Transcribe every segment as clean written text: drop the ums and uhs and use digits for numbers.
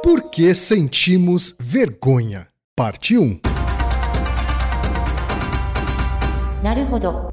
Por que sentimos vergonha? Parte 1. Naruhodo.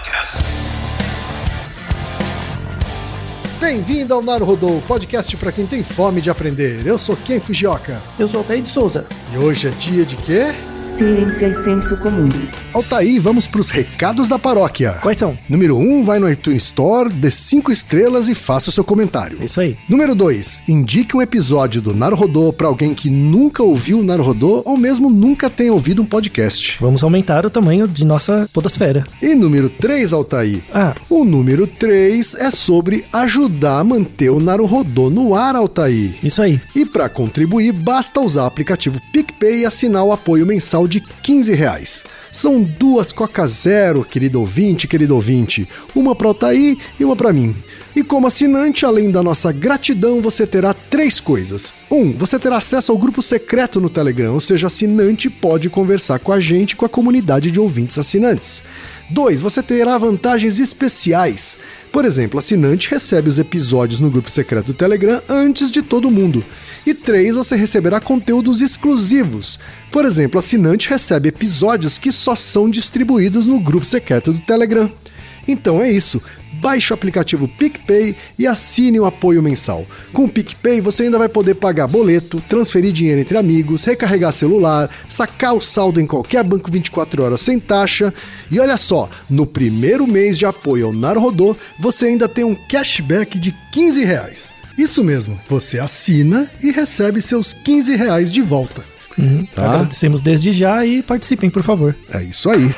Bem-vindo ao Naruhodo, podcast para quem tem fome de aprender. Eu sou Ken Fujioka. Eu sou Altair de Souza. E hoje é dia de quê? Ciência e senso comum. Altair, vamos para os recados da paróquia. Quais são? Número 1, vai no iTunes Store, dê 5 estrelas e faça o seu comentário. Isso aí. Número 2, indique um episódio do Naruhodo para alguém que nunca ouviu o Naruhodo ou mesmo nunca tenha ouvido um podcast. Vamos aumentar o tamanho de nossa podosfera. E número 3, Altair. O número 3 é sobre ajudar a manter o Naruhodo no ar, Altair. Isso aí. E para contribuir, basta usar o aplicativo PicPay e assinar o apoio mensal de R$15. São 2 Coca Zero, querido ouvinte, uma para Altair e uma para mim. E como assinante, além da nossa gratidão, você terá 3 coisas. 1, você terá acesso ao grupo secreto no Telegram, ou seja, assinante pode conversar com a gente e com a comunidade de ouvintes assinantes. 2, você terá vantagens especiais. Por exemplo, assinante recebe os episódios no grupo secreto do Telegram antes de todo mundo. E 3, você receberá conteúdos exclusivos. Por exemplo, assinante recebe episódios que só são distribuídos no grupo secreto do Telegram. Então é isso. Baixe o aplicativo PicPay e assine o apoio mensal. Com o PicPay você ainda vai poder pagar boleto, transferir dinheiro entre amigos, recarregar celular, sacar o saldo em qualquer banco 24 horas sem taxa. E olha só, no primeiro mês de apoio ao Naruhodo, você ainda tem um cashback de R$15. Isso mesmo, você assina e recebe seus R$15 de volta. Agradecemos desde já e participem, por favor. É isso aí.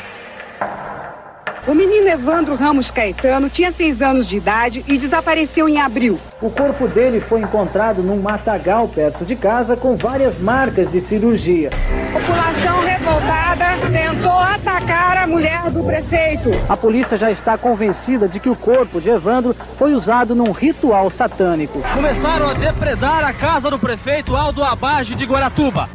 O menino Evandro Ramos Caetano tinha 6 anos de idade e desapareceu em abril. O corpo dele foi encontrado num matagal perto de casa com várias marcas de cirurgia. A população revoltada tentou atacar a mulher do prefeito. A polícia já está convencida de que o corpo de Evandro foi usado num ritual satânico. Começaram a depredar a casa do prefeito Aldo Abage de Guaratuba.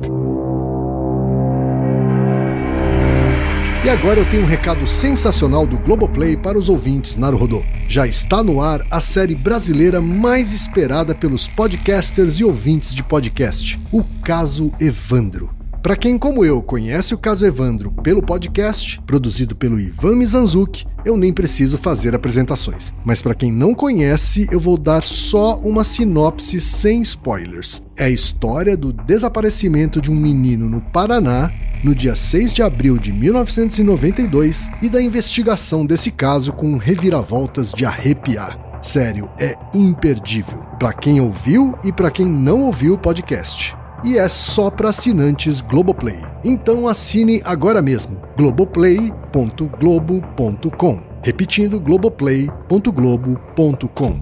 E agora eu tenho um recado sensacional do Globoplay para os ouvintes Naruhodo. Já está no ar a série brasileira mais esperada pelos podcasters e ouvintes de podcast, O Caso Evandro. Para quem, como eu, conhece o Caso Evandro pelo podcast, produzido pelo Ivan Mizanzuki, eu nem preciso fazer apresentações. Mas para quem não conhece, eu vou dar só uma sinopse sem spoilers. É a história do desaparecimento de um menino no Paraná, no dia 6 de abril de 1992, e da investigação desse caso com reviravoltas de arrepiar. Sério, é imperdível. Para quem ouviu e para quem não ouviu o podcast. E é só para assinantes Globoplay. Então assine agora mesmo, globoplay.globo.com. Repetindo, globoplay.globo.com.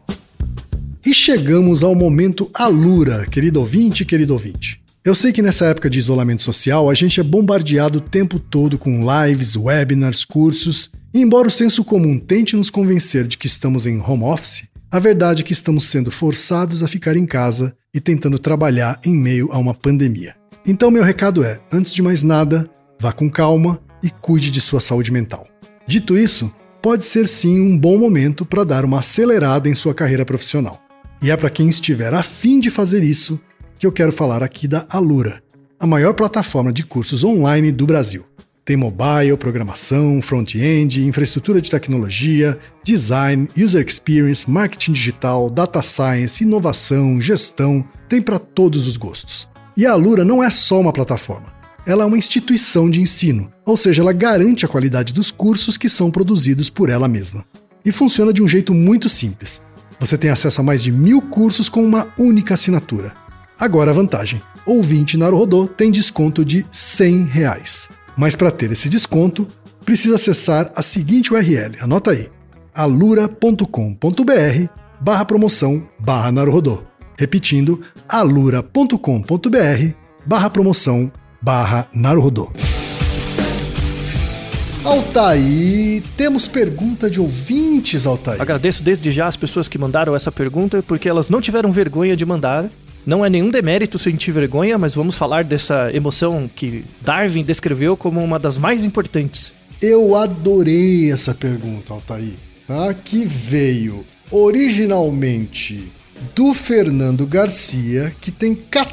E chegamos ao momento Alura, querido ouvinte. Eu sei que nessa época de isolamento social a gente é bombardeado o tempo todo com lives, webinars, cursos, e embora o senso comum tente nos convencer de que estamos em home office, a verdade é que estamos sendo forçados a ficar em casa e tentando trabalhar em meio a uma pandemia. Então meu recado é, antes de mais nada, vá com calma e cuide de sua saúde mental. Dito isso, pode ser sim um bom momento para dar uma acelerada em sua carreira profissional. E é para quem estiver a fim de fazer isso que eu quero falar aqui da Alura, a maior plataforma de cursos online do Brasil. Tem mobile, programação, front-end, infraestrutura de tecnologia, design, user experience, marketing digital, data science, inovação, gestão, tem para todos os gostos. E a Alura não é só uma plataforma, ela é uma instituição de ensino, ou seja, ela garante a qualidade dos cursos que são produzidos por ela mesma. E funciona de um jeito muito simples. Você tem acesso a mais de 1000 cursos com uma única assinatura. Agora a vantagem, ouvinte Naruhodo tem desconto de R$100. Mas para ter esse desconto, precisa acessar a seguinte URL, anota aí, alura.com.br/promoção/Naruhodo. Repetindo, alura.com.br/promoção/Naruhodo. Altair, temos pergunta de ouvintes, Altair. Agradeço desde já as pessoas que mandaram essa pergunta, porque elas não tiveram vergonha de mandar. Não é nenhum demérito sentir vergonha, mas vamos falar dessa emoção que Darwin descreveu como uma das mais importantes. Eu adorei essa pergunta, Altair. Que veio originalmente do Fernando Garcia, que tem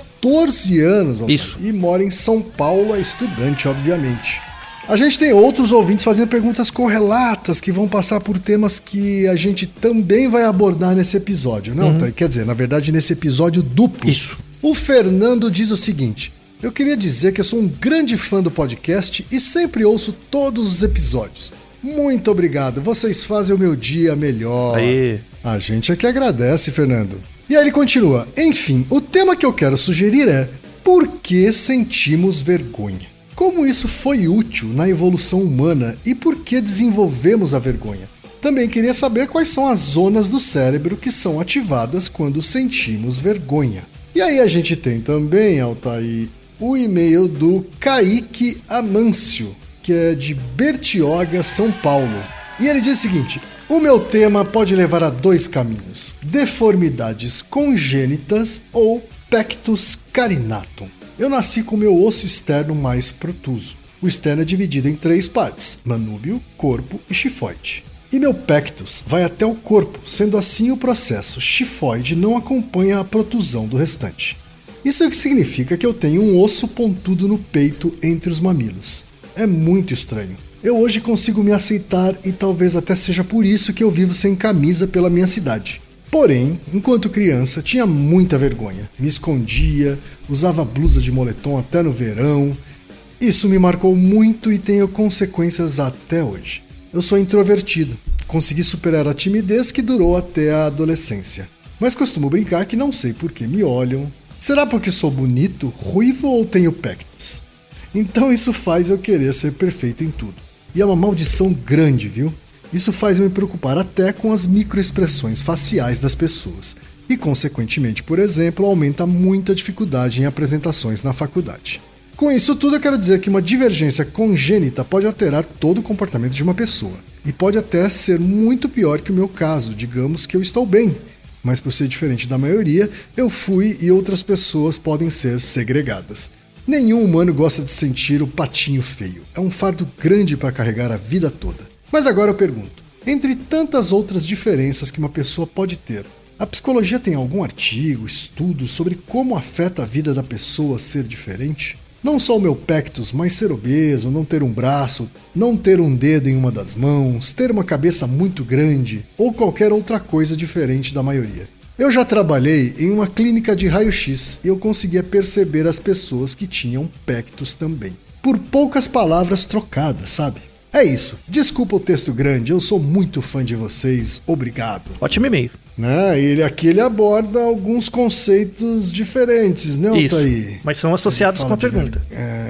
14 anos, Isso. E mora em São Paulo, é estudante, obviamente. A gente tem outros ouvintes fazendo perguntas correlatas que vão passar por temas que a gente também vai abordar nesse episódio, né, Altair? Quer dizer, na verdade, nesse episódio duplo. Isso. O Fernando diz o seguinte: eu queria dizer que eu sou um grande fã do podcast e sempre ouço todos os episódios. Muito obrigado, vocês fazem o meu dia melhor. Aí. A gente é que agradece, Fernando. E aí ele continua: enfim, o tema que eu quero sugerir é: por que sentimos vergonha? Como isso foi útil na evolução humana e por que desenvolvemos a vergonha? Também queria saber quais são as zonas do cérebro que são ativadas quando sentimos vergonha. E aí a gente tem também, Altair, o e-mail do Kaique Amâncio, que é de Bertioga, São Paulo. E ele diz o seguinte: o meu tema pode levar a dois caminhos: deformidades congênitas ou pectus carinatum. Eu nasci com meu osso externo mais protuso. O externo é dividido em 3 partes: manúbio, corpo e chifoide. E meu pectus vai até o corpo, sendo assim o processo chifoide não acompanha a protusão do restante. Isso é o que significa que eu tenho um osso pontudo no peito entre os mamilos. É muito estranho. Eu hoje consigo me aceitar e talvez até seja por isso que eu vivo sem camisa pela minha cidade. Porém, enquanto criança, tinha muita vergonha. Me escondia, usava blusa de moletom até no verão. Isso me marcou muito e tem consequências até hoje. Eu sou introvertido. Consegui superar a timidez que durou até a adolescência. Mas costumo brincar que não sei por que me olham. Será porque sou bonito, ruivo ou tenho pectus? Então isso faz eu querer ser perfeito em tudo. E é uma maldição grande, viu? Isso faz eu me preocupar até com as microexpressões faciais das pessoas. E, consequentemente, por exemplo, aumenta muito a dificuldade em apresentações na faculdade. Com isso tudo, eu quero dizer que uma divergência congênita pode alterar todo o comportamento de uma pessoa. E pode até ser muito pior que o meu caso, digamos que eu estou bem. Mas por ser diferente da maioria, eu fui e outras pessoas podem ser segregadas. Nenhum humano gosta de sentir o patinho feio. É um fardo grande para carregar a vida toda. Mas agora eu pergunto, entre tantas outras diferenças que uma pessoa pode ter, a psicologia tem algum artigo, estudo sobre como afeta a vida da pessoa ser diferente? Não só o meu pectus, mas ser obeso, não ter um braço, não ter um dedo em uma das mãos, ter uma cabeça muito grande ou qualquer outra coisa diferente da maioria. Eu já trabalhei em uma clínica de raio-x e eu conseguia perceber as pessoas que tinham pectus também. Por poucas palavras trocadas, sabe? É isso. Desculpa o texto grande, eu sou muito fã de vocês. Obrigado. Ótimo e-mail. Né? Ele aborda alguns conceitos diferentes, né, Altair? Isso, mas são associados com a pergunta.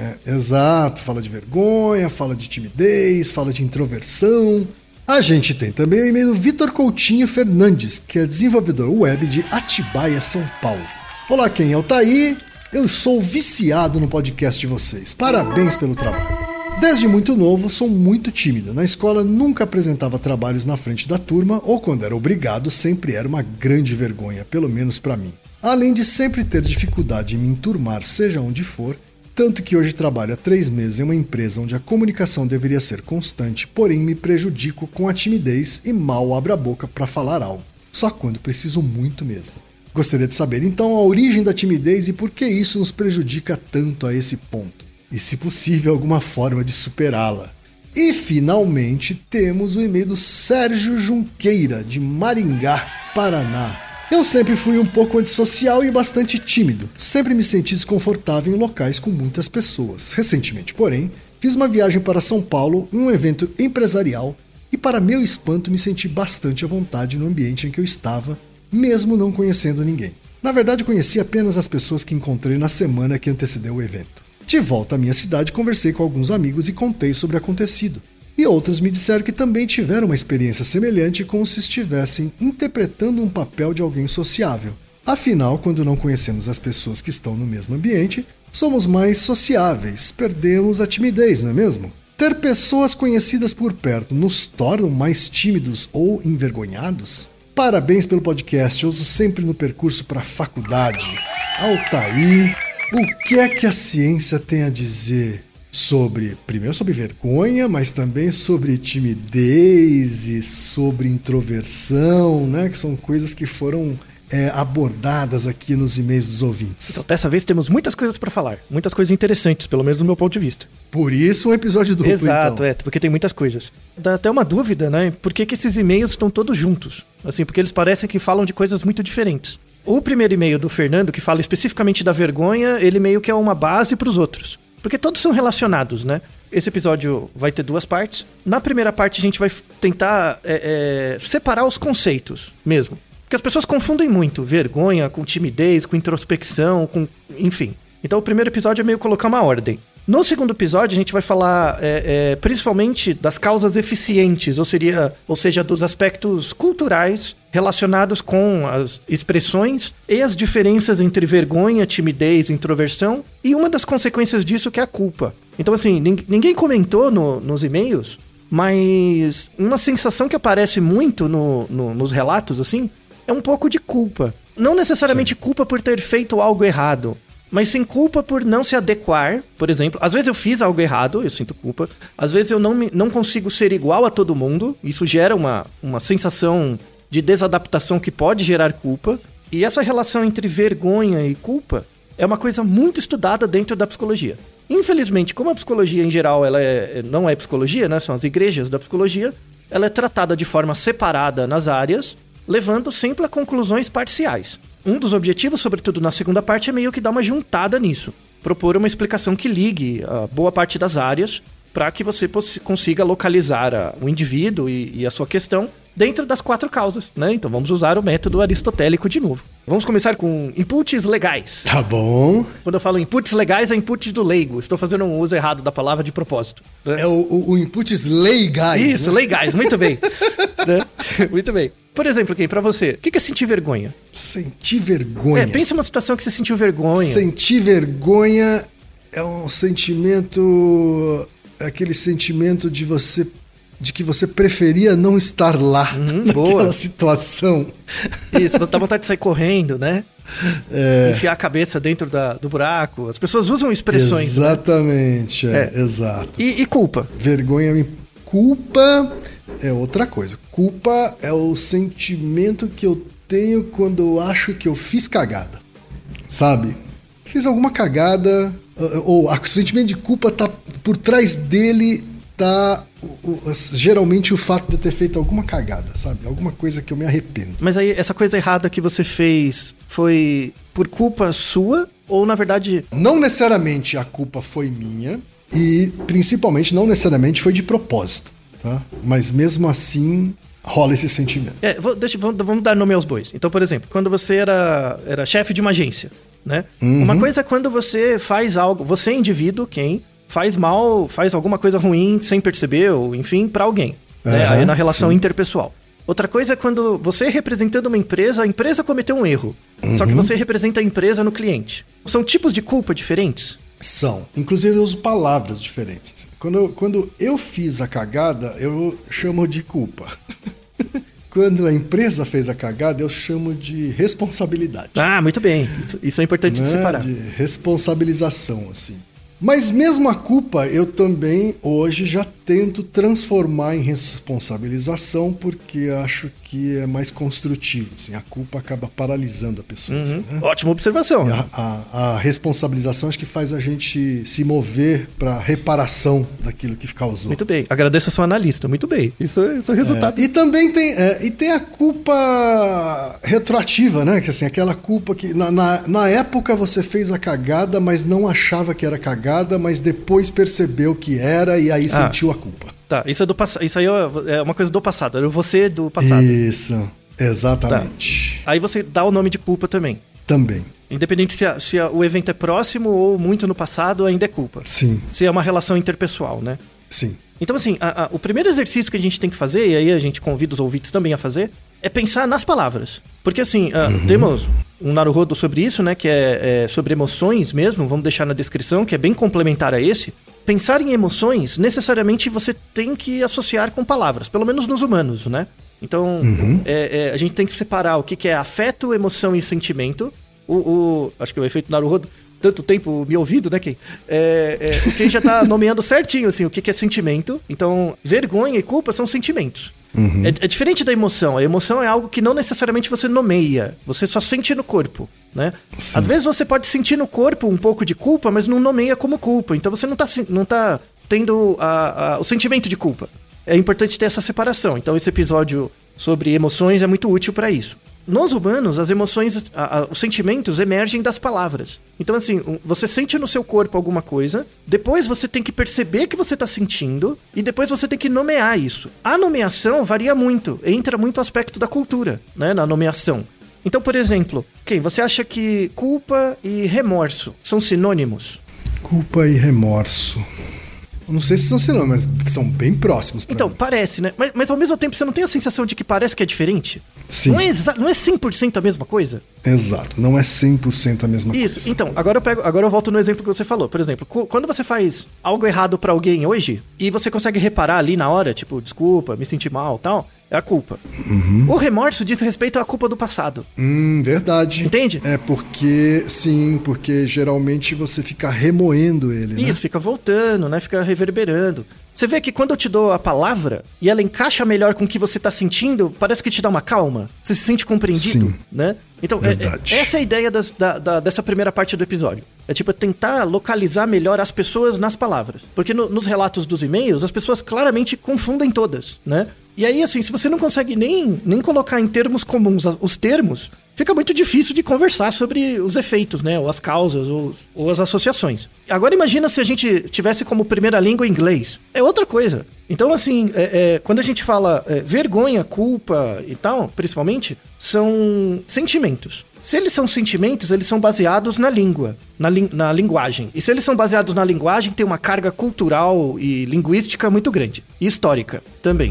Exato. Fala de vergonha, fala de timidez, fala de introversão. A gente tem também o e-mail do Vitor Coutinho Fernandes, que é desenvolvedor web de Atibaia, São Paulo. Olá, quem é Altair? Eu sou viciado no podcast de vocês. Parabéns pelo trabalho. Desde muito novo, sou muito tímido. Na escola nunca apresentava trabalhos na frente da turma ou quando era obrigado, sempre era uma grande vergonha, pelo menos para mim. Além de sempre ter dificuldade em me enturmar, seja onde for, tanto que hoje trabalho há 3 meses em uma empresa onde a comunicação deveria ser constante, porém me prejudico com a timidez e mal abro a boca para falar algo, só quando preciso muito mesmo. Gostaria de saber então a origem da timidez e por que isso nos prejudica tanto a esse ponto. E, se possível, alguma forma de superá-la. E, finalmente, temos o e-mail do Sérgio Junqueira, de Maringá, Paraná. Eu sempre fui um pouco antissocial e bastante tímido. Sempre me senti desconfortável em locais com muitas pessoas. Recentemente, porém, fiz uma viagem para São Paulo em um evento empresarial e, para meu espanto, me senti bastante à vontade no ambiente em que eu estava, mesmo não conhecendo ninguém. Na verdade, conheci apenas as pessoas que encontrei na semana que antecedeu o evento. De volta à minha cidade, conversei com alguns amigos e contei sobre o acontecido. E outros me disseram que também tiveram uma experiência semelhante, como se estivessem interpretando um papel de alguém sociável. Afinal, quando não conhecemos as pessoas que estão no mesmo ambiente, somos mais sociáveis, perdemos a timidez, não é mesmo? Ter pessoas conhecidas por perto nos tornam mais tímidos ou envergonhados? Parabéns pelo podcast, eu uso sempre no percurso para a faculdade. Altair... O que é que a ciência tem a dizer primeiro sobre vergonha, mas também sobre timidez e sobre introversão, né? Que são coisas que foram abordadas aqui nos e-mails dos ouvintes. Então, dessa vez temos muitas coisas pra falar. Muitas coisas interessantes, pelo menos do meu ponto de vista. Por isso um episódio duplo, Exato, então. porque tem muitas coisas. Dá até uma dúvida, né? Por que esses e-mails estão todos juntos? Assim, porque eles parecem que falam de coisas muito diferentes. O primeiro e-mail do Fernando, que fala especificamente da vergonha, ele meio que é uma base pros outros. Porque todos são relacionados, né? Esse episódio vai ter 2 partes. Na primeira parte a gente vai tentar separar os conceitos mesmo. Porque as pessoas confundem muito vergonha com timidez, com introspecção, enfim. Então o primeiro episódio é meio colocar uma ordem. No segundo episódio a gente vai falar principalmente das causas eficientes, ou seja, dos aspectos culturais relacionados com as expressões e as diferenças entre vergonha, timidez, introversão e uma das consequências disso que é a culpa. Então assim, ninguém comentou nos e-mails, mas uma sensação que aparece muito nos relatos assim é um pouco de culpa. Não necessariamente culpa por ter feito algo errado, mas sim culpa por não se adequar. Por exemplo, às vezes eu fiz algo errado, eu sinto culpa. Às vezes eu não consigo ser igual a todo mundo. Isso gera uma sensação de desadaptação que pode gerar culpa. E essa relação entre vergonha e culpa é uma coisa muito estudada dentro da psicologia. Infelizmente, como a psicologia em geral ela não é psicologia, né? São as igrejas da psicologia, ela é tratada de forma separada nas áreas, levando sempre a conclusões parciais. Um dos objetivos, sobretudo na segunda parte, é meio que dar uma juntada nisso. Propor uma explicação que ligue a boa parte das áreas para que você consiga localizar o indivíduo e a sua questão dentro das 4 causas, né? Então vamos usar o método aristotélico de novo. Vamos começar com inputs legais. Tá bom. Quando eu falo inputs legais, é input do leigo. Estou fazendo um uso errado da palavra de propósito. Né? É o inputs legais. Isso, né? legais, muito bem. Né? Muito bem. Por exemplo, Ken, pra você, o que é sentir vergonha? Sentir vergonha. Pensa uma situação que você sentiu vergonha. Sentir vergonha é um sentimento... É aquele sentimento de que você preferia não estar lá, naquela situação. Isso, dá vontade de sair correndo, né? Enfiar a cabeça dentro do buraco. As pessoas usam expressões. Exatamente, exato. E culpa? Vergonha, culpa é outra coisa. Culpa é o sentimento que eu tenho quando eu acho que eu fiz cagada. Sabe? Fiz alguma cagada, ou o sentimento de culpa tá por trás dele, tá geralmente o fato de eu ter feito alguma cagada, sabe? Alguma coisa que eu me arrependo. Mas aí, essa coisa errada que você fez foi por culpa sua? Ou, na verdade... Não necessariamente a culpa foi minha e, principalmente, não necessariamente foi de propósito, tá? Mas, mesmo assim, rola esse sentimento. Vamos dar nome aos bois. Então, por exemplo, quando você era chefe de uma agência, né? Uma coisa é quando você faz algo... Você, indivíduo, faz mal, faz alguma coisa ruim sem perceber, ou enfim, pra alguém. Né? Aí na relação interpessoal. Outra coisa é quando você representando uma empresa, a empresa cometeu um erro. Só que você representa a empresa no cliente. São tipos de culpa diferentes? São. Inclusive eu uso palavras diferentes. Quando eu fiz a cagada, eu chamo de culpa. Quando a empresa fez a cagada, eu chamo de responsabilidade. Ah, muito bem. Isso é importante de separar. De responsabilização, assim. Mas mesmo a culpa, eu também hoje já tento transformar em responsabilização, porque acho que é mais construtivo. Assim, a culpa acaba paralisando a pessoa. Assim, né? Ótima observação. A responsabilização acho que faz a gente se mover para reparação daquilo que causou. Muito bem. Agradeço a sua analista. Muito bem. Isso é resultado. E também tem a culpa retroativa, né? Que assim, aquela culpa que na época você fez a cagada, mas não achava que era cagada, mas depois percebeu que era e aí sentiu a culpa. Tá, isso é do passado. Isso aí é uma coisa do passado, era você do passado. Isso, exatamente. Tá. Aí você dá o nome de culpa também. Também. Independente se o evento é próximo ou muito no passado, ainda é culpa. Sim. Se é uma relação interpessoal, né? Sim. Então, assim, o primeiro exercício que a gente tem que fazer, e aí a gente convida os ouvintes também a fazer, é pensar nas palavras. Porque, assim, temos um Naruhodo sobre isso, né? Que é sobre emoções mesmo, vamos deixar na descrição, que é bem complementar a esse. Pensar em emoções, necessariamente você tem que associar com palavras, pelo menos nos humanos, né? Então, a gente tem que separar o que é afeto, emoção e sentimento. Acho que o efeito Naruhodo, tanto tempo me ouvindo, né, Ken? O Ken já tá nomeando certinho, assim, o que é sentimento. Então, vergonha e culpa são sentimentos. É diferente da emoção. A emoção é algo que não necessariamente você nomeia, você só sente no corpo, né? Sim. Às vezes você pode sentir no corpo um pouco de culpa, mas não nomeia como culpa. Então você não tá tendo o sentimento de culpa. É importante ter essa separação. Então esse episódio sobre emoções é muito útil para isso. Nos humanos, as emoções, os sentimentos emergem das palavras. Então, assim, você sente no seu corpo alguma coisa, depois você tem que perceber que você está sentindo, e depois você tem que nomear isso. A nomeação varia muito, entra muito o aspecto da cultura, né, na nomeação. Então, por exemplo, você acha que culpa e remorso são sinônimos? Culpa e remorso. Eu não sei se são sinônimos, mas são bem próximos pra Então, mim. parece, né? Mas ao mesmo tempo você não tem a sensação de que parece que é diferente? Sim. Não é 100% a mesma coisa? Exato, não é 100% a mesma Isso, coisa. então, agora eu volto no exemplo que você falou. Por exemplo, quando você faz algo errado pra alguém hoje, e você consegue reparar ali na hora, tipo, desculpa, me senti mal, tal, é a culpa. O remorso diz respeito à culpa do passado. Verdade. Entende? Porque geralmente você fica remoendo ele, né? Isso, fica voltando, né? Fica reverberando. Você vê que quando eu te dou a palavra e ela encaixa melhor com o que você tá sentindo, parece que te dá uma calma. Você se sente compreendido, Sim. né? Então, Verdade. essa é a ideia dessa primeira parte do episódio. É tipo tentar localizar melhor as pessoas nas palavras. Porque nos relatos dos e-mails, as pessoas claramente confundem todas, né? E aí, assim, se você não consegue nem colocar em termos comuns os termos, fica muito difícil de conversar sobre os efeitos, né? Ou as causas, ou as associações. Agora imagina se a gente tivesse como primeira língua inglês. É outra coisa. Então, assim, quando a gente fala vergonha, culpa e tal, principalmente, são sentimentos. Se eles são sentimentos, eles são baseados na língua, na linguagem. E se eles são baseados na linguagem, tem uma carga cultural e linguística muito grande. E histórica também.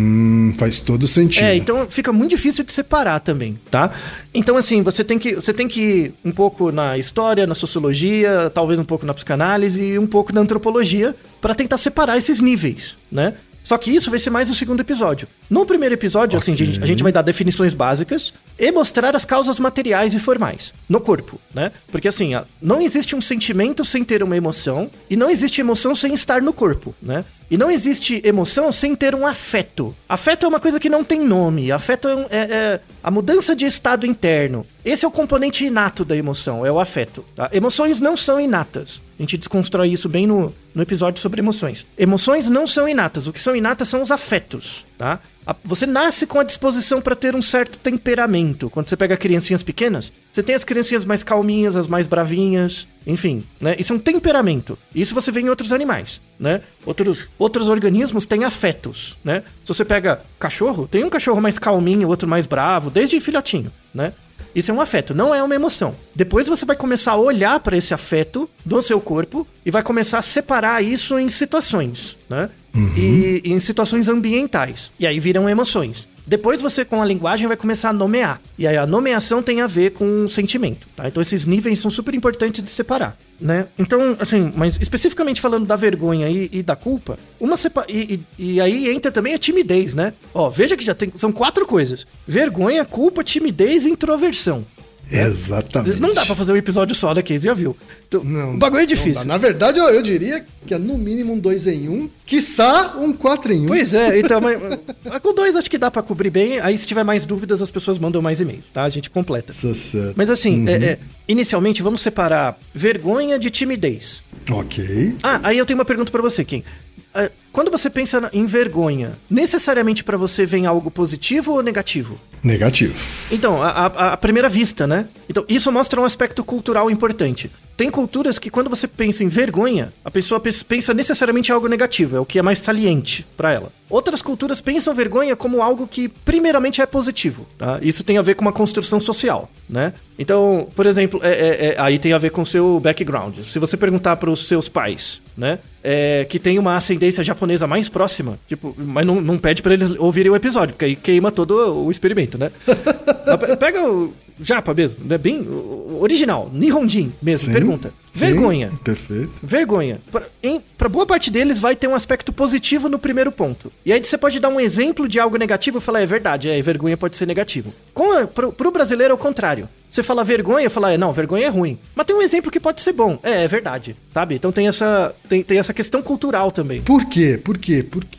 Faz todo sentido. Então fica muito difícil de separar também, tá? Então, assim, você tem que ir um pouco na história, na sociologia, talvez um pouco na psicanálise e um pouco na antropologia para tentar separar esses níveis, né? Só que isso vai ser mais no segundo episódio. No primeiro episódio, assim, a gente vai dar definições básicas e mostrar as causas materiais e formais no corpo, né? Porque, assim, não existe um sentimento sem ter uma emoção e não existe emoção sem estar no corpo, né? E não existe emoção sem ter um afeto. Afeto é uma coisa que não tem nome. Afeto é a mudança de estado interno. Esse é o componente inato da emoção, é o afeto. Tá? Emoções não são inatas. A gente desconstrói isso bem no episódio sobre emoções. Emoções não são inatas. O que são inatas são os afetos, tá? Você nasce com a disposição para ter um certo temperamento. Quando você pega criancinhas pequenas, você tem as criancinhas mais calminhas, as mais bravinhas, enfim, né? Isso é um temperamento. Isso você vê em outros animais, né? Outros organismos têm afetos, né? Se você pega cachorro, tem um cachorro mais calminho, outro mais bravo, desde filhotinho, né? Isso é um afeto, não é uma emoção. Depois você vai começar a olhar para esse afeto do seu corpo e vai começar a separar isso em situações, né? E em situações ambientais. E aí viram emoções. Depois você, com a linguagem, vai começar a nomear. E aí a nomeação tem a ver com o sentimento, tá? Então esses níveis são super importantes de separar, né? Então, assim, mas especificamente falando da vergonha e da culpa, e aí entra também a timidez, né? Ó, veja que são 4 coisas. Vergonha, culpa, timidez e introversão. Exatamente. Não dá pra fazer um episódio só daqui, você já viu. Então, Não, o bagulho é difícil. Na verdade, eu diria que é no mínimo um 2 em 1, quiçá um 4 em 1. Pois é, então, mas com 2 acho que dá pra cobrir bem. Aí se tiver mais dúvidas, as pessoas mandam mais e-mails, tá? A gente completa. Certo. Mas assim, inicialmente vamos separar vergonha de timidez. Ok. Aí eu tenho uma pergunta pra você, Kim. Quando você pensa em vergonha, necessariamente pra você vem algo positivo ou negativo? Negativo. Então, à primeira vista, né? Então, isso mostra um aspecto cultural importante. Tem culturas que quando você pensa em vergonha, a pessoa pensa necessariamente em algo negativo, é o que é mais saliente pra ela. Outras culturas pensam vergonha como algo que primeiramente é positivo, tá? Isso tem a ver com uma construção social, né? Então, por exemplo, aí tem a ver com o seu background. Se você perguntar pros seus pais, né? Que tem uma ascendência japonesa mais próxima, tipo, mas não pede pra eles ouvirem o episódio, porque aí queima todo o experimento, né? Pega o japa mesmo, né? Bem original, Nihonjin mesmo, Sim, pergunta. Vergonha. Sim, perfeito. Vergonha. Pra boa parte deles vai ter um aspecto positivo no primeiro ponto. E aí você pode dar um exemplo de algo negativo e falar, é verdade, vergonha pode ser negativo. Pro brasileiro é o contrário. Você fala vergonha, fala, não, vergonha é ruim. Mas tem um exemplo que pode ser bom. É verdade, sabe? Então tem essa questão cultural também. Por quê?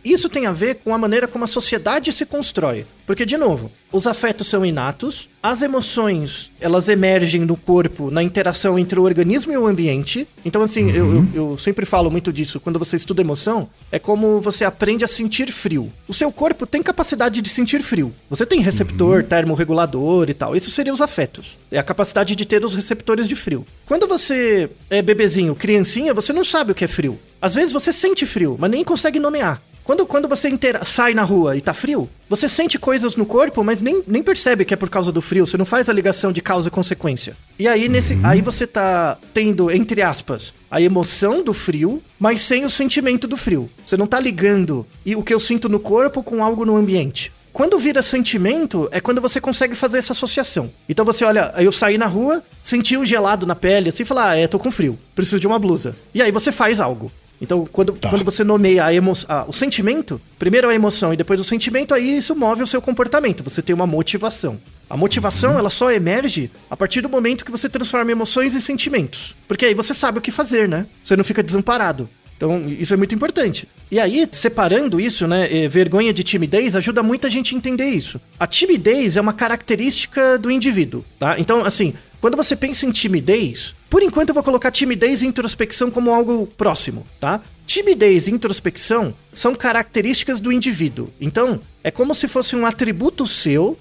isso tem a ver com a maneira como a sociedade se constrói. Porque, de novo, os afetos são inatos, as emoções, elas emergem no corpo na interação entre o organismo e o ambiente. Então, assim, eu sempre falo muito disso. Quando você estuda emoção, é como você aprende a sentir frio. O seu corpo tem capacidade de sentir frio. Você tem receptor, termorregulador e tal. Isso seriam os afetos. É a capacidade de ter os receptores de frio. Quando você é bebezinho, criancinha, você não sabe o que é frio. Às vezes você sente frio, mas nem consegue nomear. Quando você sai na rua e tá frio, você sente coisas no corpo, mas nem percebe que é por causa do frio. Você não faz a ligação de causa e consequência. E aí, aí você tá tendo, entre aspas, a emoção do frio, mas sem o sentimento do frio. Você não tá ligando o que eu sinto no corpo com algo no ambiente. Quando vira sentimento, é quando você consegue fazer essa associação. Então você olha, eu saí na rua, senti um gelado na pele, assim, e fala, tô com frio, preciso de uma blusa. E aí você faz algo. Então, quando você nomeia o sentimento, primeiro a emoção e depois o sentimento, aí isso move o seu comportamento. Você tem uma motivação. A motivação, ela só emerge a partir do momento que você transforma emoções em sentimentos. Porque aí você sabe o que fazer, né? Você não fica desamparado. Então, isso é muito importante. E aí, separando isso, né, vergonha de timidez, ajuda muito a gente a entender isso. A timidez é uma característica do indivíduo, tá? Então, assim, quando você pensa em timidez, por enquanto eu vou colocar timidez e introspecção como algo próximo, tá? Timidez e introspecção são características do indivíduo. Então, é como se fosse um atributo seu,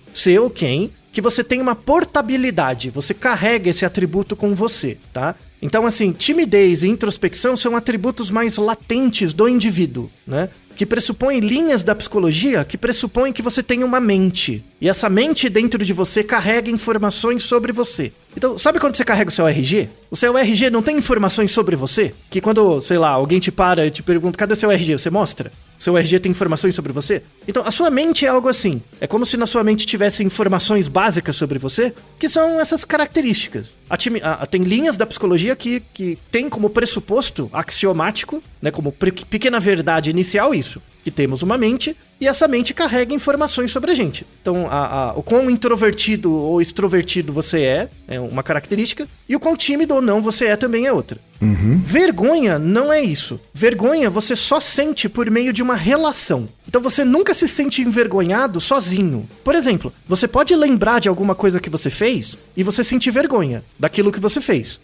que você tem uma portabilidade. Você carrega esse atributo com você, tá? Então, assim, timidez e introspecção são atributos mais latentes do indivíduo, né? Que pressupõem linhas da psicologia que pressupõem que você tem uma mente. E essa mente dentro de você carrega informações sobre você. Então, sabe quando você carrega o seu RG? O seu RG não tem informações sobre você? Que quando, sei lá, alguém te para e te pergunta, cadê o seu RG? Você mostra? O seu RG tem informações sobre você? Então, a sua mente é algo assim. É como se na sua mente tivesse informações básicas sobre você, que são essas características. Tem linhas da psicologia que tem como pressuposto axiomático, né, como pequena verdade inicial isso, que temos uma mente e essa mente carrega informações sobre a gente. Então, o quão introvertido ou extrovertido você é uma característica, e o quão tímido ou não você é também é outra. Vergonha não é isso. Vergonha você só sente por meio de uma relação. Então você nunca se sente envergonhado sozinho. Por exemplo, você pode lembrar de alguma coisa que você fez e você sentir vergonha daquilo que você fez.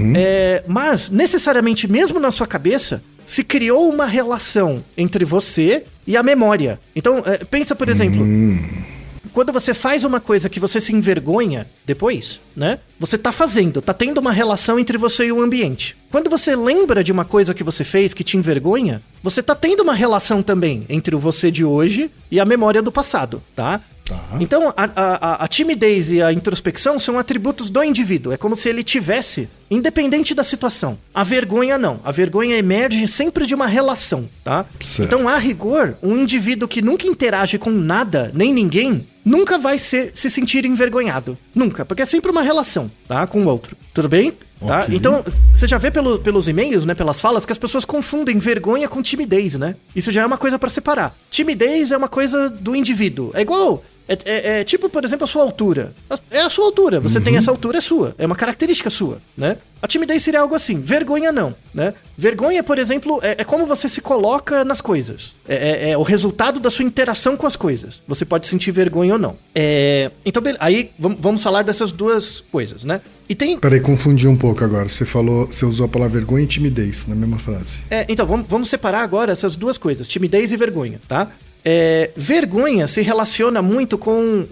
Mas, necessariamente, mesmo na sua cabeça, se criou uma relação entre você e a memória. Então, pensa, por exemplo, quando você faz uma coisa que você se envergonha depois, né? Você tá tendo uma relação entre você e o ambiente. Quando você lembra de uma coisa que você fez que te envergonha, você tá tendo uma relação também entre o você de hoje e a memória do passado, tá? Então, a timidez e a introspecção são atributos do indivíduo. É como se ele tivesse, independente da situação. A vergonha não. A vergonha emerge sempre de uma relação, tá? Certo. Então, a rigor, um indivíduo que nunca interage com nada, nem ninguém, nunca vai se sentir envergonhado. Nunca, porque é sempre uma relação, tá? Com o outro. Tudo bem? Tá? Okay. Então, você já vê pelos e-mails, né, pelas falas, que as pessoas confundem vergonha com timidez, né? Isso já é uma coisa pra separar. Timidez é uma coisa do indivíduo. É igual... É tipo, por exemplo, a sua altura. É a sua altura. Você tem essa altura, é sua. É uma característica sua, né? A timidez seria algo assim. Vergonha não, né? Vergonha, por exemplo, é como você se coloca nas coisas. É o resultado da sua interação com as coisas. Você pode sentir vergonha ou não. Então, aí vamos falar dessas duas coisas, né? E tem... Peraí, confundi um pouco agora. Você usou a palavra vergonha e timidez na mesma frase. Então, vamos separar agora essas duas coisas. Timidez e vergonha, tá? Vergonha se relaciona muito com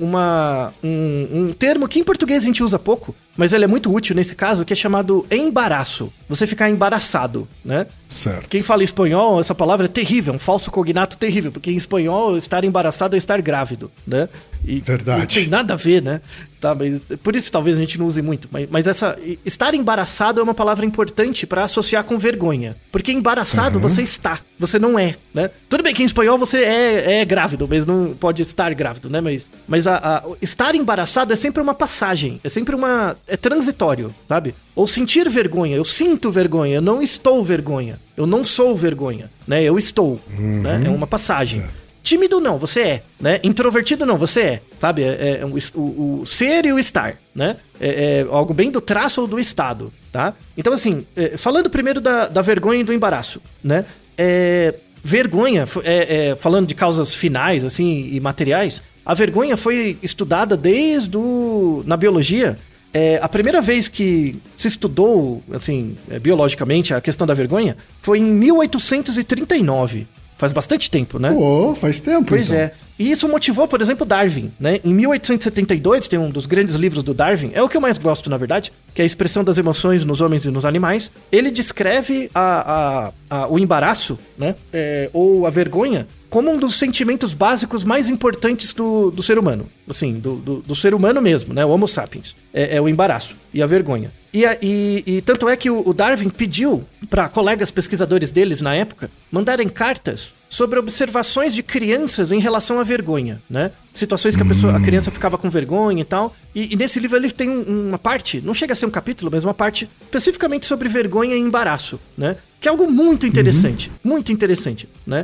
um termo que em português a gente usa pouco, mas ele é muito útil nesse caso, que é chamado embaraço. Você ficar embaraçado, né? Certo. Quem fala espanhol, essa palavra é terrível, um falso cognato terrível, porque em espanhol estar embaraçado é estar grávido, né? Verdade. Não tem nada a ver, né? Tá, mas por isso talvez a gente não use muito. Mas estar embaraçado é uma palavra importante pra associar com vergonha. Porque embaraçado você está, você não é, né? Tudo bem que em espanhol você é grávido, mas não pode estar grávido, né? Mas estar embaraçado é sempre uma passagem, é sempre é transitório, sabe? Ou sentir vergonha, eu sinto vergonha, eu não estou vergonha, eu não sou vergonha, né? Eu estou, né? É uma passagem. Certo. Tímido não, você é, né? Introvertido não, você é, sabe? O ser e o estar, né? É algo bem do traço ou do estado, tá? Então, assim, falando primeiro da vergonha e do embaraço, né? vergonha, falando de causas finais, assim, e materiais, a vergonha foi estudada na biologia. A primeira vez que se estudou, assim, biologicamente, a questão da vergonha foi em 1839. Faz bastante tempo, né? Pô, faz tempo, Pois então. é. E isso motivou, por exemplo, Darwin, né? Em 1872, tem um dos grandes livros do Darwin, é o que eu mais gosto, na verdade, que é a expressão das emoções nos homens e nos animais. Ele descreve o embaraço, né? Ou a vergonha, como um dos sentimentos básicos mais importantes do ser humano. Assim, do ser humano mesmo, né? O Homo sapiens. É o embaraço e a vergonha. E tanto é que o Darwin pediu para colegas pesquisadores deles na época mandarem cartas sobre observações de crianças em relação à vergonha, né? Situações que a criança ficava com vergonha e tal. E nesse livro ele tem uma parte, não chega a ser um capítulo, mas uma parte especificamente sobre vergonha e embaraço, né? Que é algo muito interessante, muito interessante, né?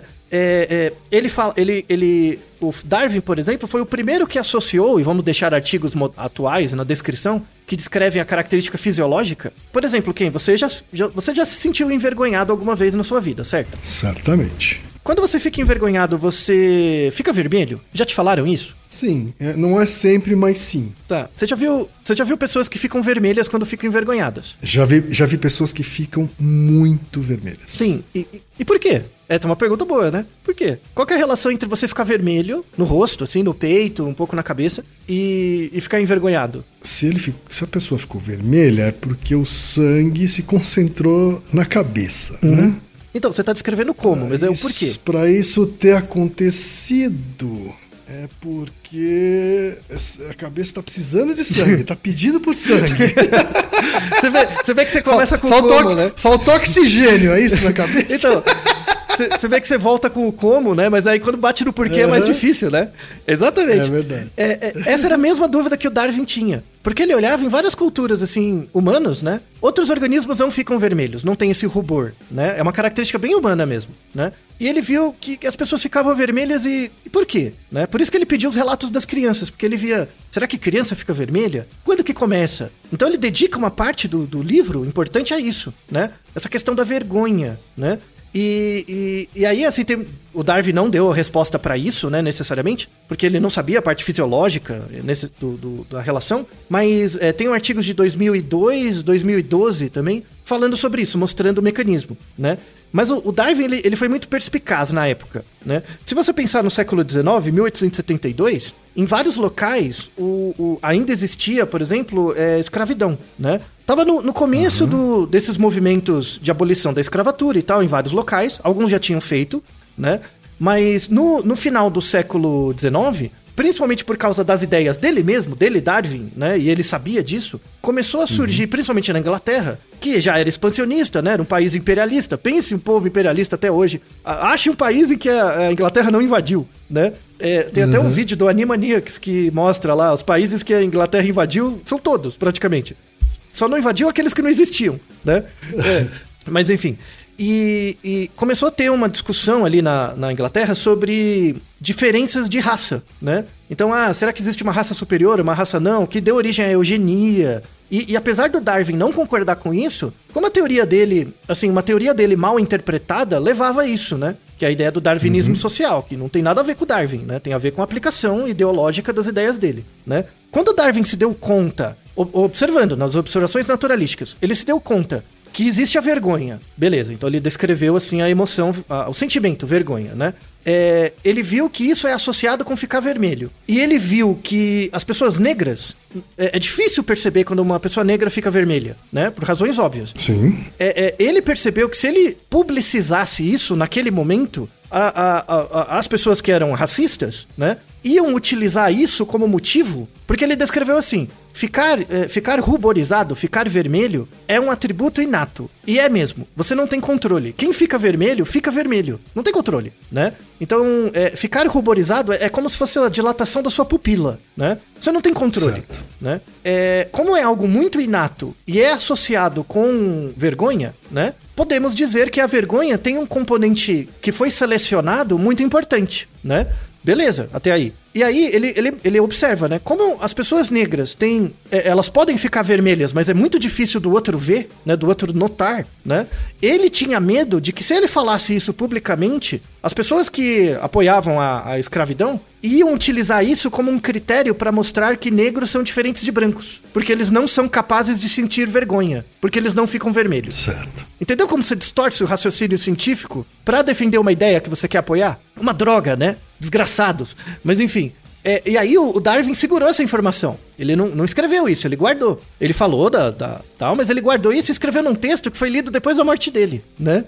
O Darwin, por exemplo, foi o primeiro que associou, e vamos deixar artigos atuais na descrição, que descrevem a característica fisiológica. Por exemplo, você já se sentiu envergonhado alguma vez na sua vida, certo? Certamente. Quando você fica envergonhado, você fica vermelho? Já te falaram isso? Sim, não é sempre, mas sim. Tá. Você já viu pessoas que ficam vermelhas quando ficam envergonhadas? Já vi pessoas que ficam muito vermelhas. Sim. E por quê? Essa é uma pergunta boa, né? Por quê? Qual que é a relação entre você ficar vermelho no rosto, assim, no peito, um pouco na cabeça, e ficar envergonhado? Se a pessoa ficou vermelha, é porque o sangue se concentrou na cabeça, né? Então, você tá descrevendo como, mas é o porquê. Pra isso ter acontecido, é porque a cabeça tá precisando de sangue, tá pedindo por sangue. Você vê que você começa com o como, né? Faltou oxigênio, é isso na cabeça? Então, você vê que você volta com o como, né? Mas aí quando bate no porquê é mais difícil, né? Exatamente. É verdade. Essa era a mesma dúvida que o Darwin tinha. Porque ele olhava em várias culturas, assim, humanos, né? Outros organismos não ficam vermelhos, não tem esse rubor, né? É uma característica bem humana mesmo, né? E ele viu que as pessoas ficavam vermelhas e por quê? Né? Por isso que ele pediu os relatos das crianças, porque ele via, será que criança fica vermelha? Quando que começa? Então ele dedica uma parte do livro importante a isso, né? Essa questão da vergonha, né? E aí, assim, o Darwin não deu a resposta para isso, né, necessariamente, porque ele não sabia a parte fisiológica da relação, mas tem artigos de 2002, 2012 também, falando sobre isso, mostrando o mecanismo, né? Mas o Darwin, ele foi muito perspicaz na época, né? Se você pensar no século XIX, 1872, em vários locais ainda existia, por exemplo, escravidão, né? Tava no começo desses movimentos de abolição da escravatura e tal, em vários locais. Alguns já tinham feito, né? Mas no final do século XIX, principalmente por causa das ideias dele mesmo, dele, Darwin, né? E ele sabia disso, começou a surgir, principalmente na Inglaterra, que já era expansionista, né? Era um país imperialista. Pense um povo imperialista até hoje. Ache um país em que a Inglaterra não invadiu, né? Tem até um vídeo do Animaniacs que mostra lá os países que a Inglaterra invadiu, são todos, praticamente. Só não invadiu aqueles que não existiam, né? Mas enfim. E começou a ter uma discussão ali na Inglaterra sobre diferenças de raça, né? Então, será que existe uma raça superior, uma raça não? Que deu origem à eugenia. E apesar do Darwin não concordar com isso, como a teoria dele, assim, uma teoria dele mal interpretada levava a isso, né? Que é a ideia do darwinismo social, que não tem nada a ver com o Darwin, né? Tem a ver com a aplicação ideológica das ideias dele, né? Quando o Darwin se deu conta, observando nas observações naturalísticas, ele se deu conta que existe a vergonha. Beleza, então ele descreveu assim a emoção, o sentimento, vergonha, né? Ele viu que isso é associado com ficar vermelho. E ele viu que as pessoas negras... É difícil perceber quando uma pessoa negra fica vermelha, né? Por razões óbvias. Sim. Ele percebeu que se ele publicizasse isso naquele momento, as pessoas que eram racistas, né? Iam utilizar isso como motivo, porque ele descreveu assim: ficar ruborizado, ficar vermelho, é um atributo inato. E é mesmo, você não tem controle. Quem fica vermelho, não tem controle, né? Então, ficar ruborizado é como se fosse a dilatação da sua pupila, né? Você não tem controle, certo, né? Como é algo muito inato e é associado com vergonha, né? Podemos dizer que a vergonha tem um componente que foi selecionado muito importante, né? Beleza, até aí. E aí ele observa, né? Como as pessoas negras têm... elas podem ficar vermelhas, mas é muito difícil do outro ver, né? Do outro notar, né? Ele tinha medo de que se ele falasse isso publicamente, as pessoas que apoiavam a escravidão iam utilizar isso como um critério para mostrar que negros são diferentes de brancos. Porque eles não são capazes de sentir vergonha. Porque eles não ficam vermelhos. Certo. Entendeu como você distorce o raciocínio científico para defender uma ideia que você quer apoiar? Uma droga, né? Desgraçados. Mas enfim... e aí o Darwin segurou essa informação. Ele não escreveu isso, ele guardou. Ele falou tal, mas ele guardou isso e escreveu num texto que foi lido depois da morte dele, né?